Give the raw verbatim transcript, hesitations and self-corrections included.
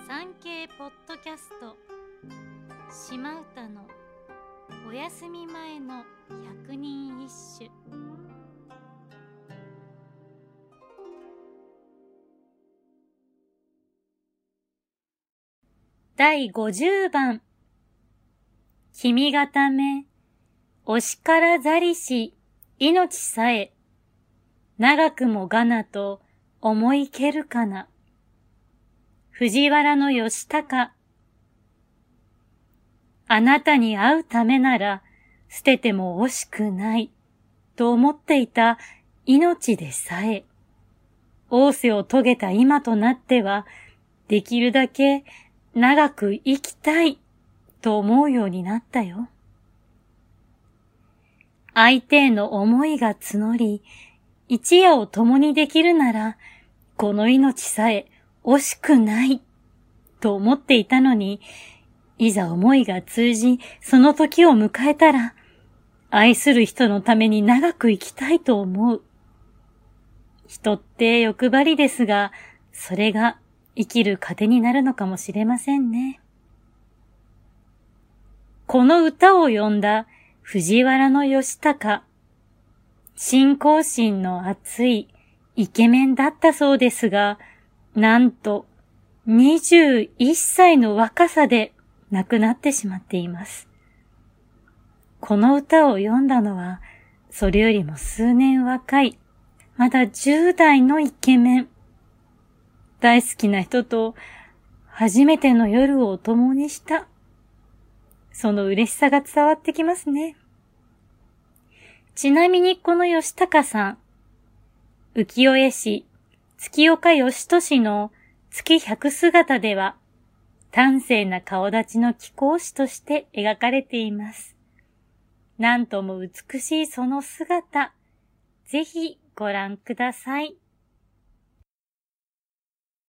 産経ポッドキャスト島唄のお休み前の百人一首。だいごじゅうばん。君がため推しからざりし命さえ長くもがなと思いけるかな。藤原義高。あなたに会うためなら捨てても惜しくないと思っていた命でさえ、仰せを遂げた今となってはできるだけ長く生きたいと思うようになったよ。相手への思いが募り、一夜を共にできるなら、この命さえ惜しくないと思っていたのに、いざ思いが通じ、その時を迎えたら、愛する人のために長く生きたいと思う。人って欲張りですが、それが生きる糧になるのかもしれませんね。この歌を詠んだ藤原義高。信仰心の熱いイケメンだったそうですが、なんとにじゅういっさいの若さで亡くなってしまっています。この歌を読んだのは、それよりも数年若い、まだじゅう代のイケメン。大好きな人と初めての夜を共にした。その嬉しさが伝わってきますね。ちなみにこの義高さん、浮世絵師、月岡義俊の月百姿では、端正な顔立ちの貴公子として描かれています。なんとも美しいその姿、ぜひご覧ください。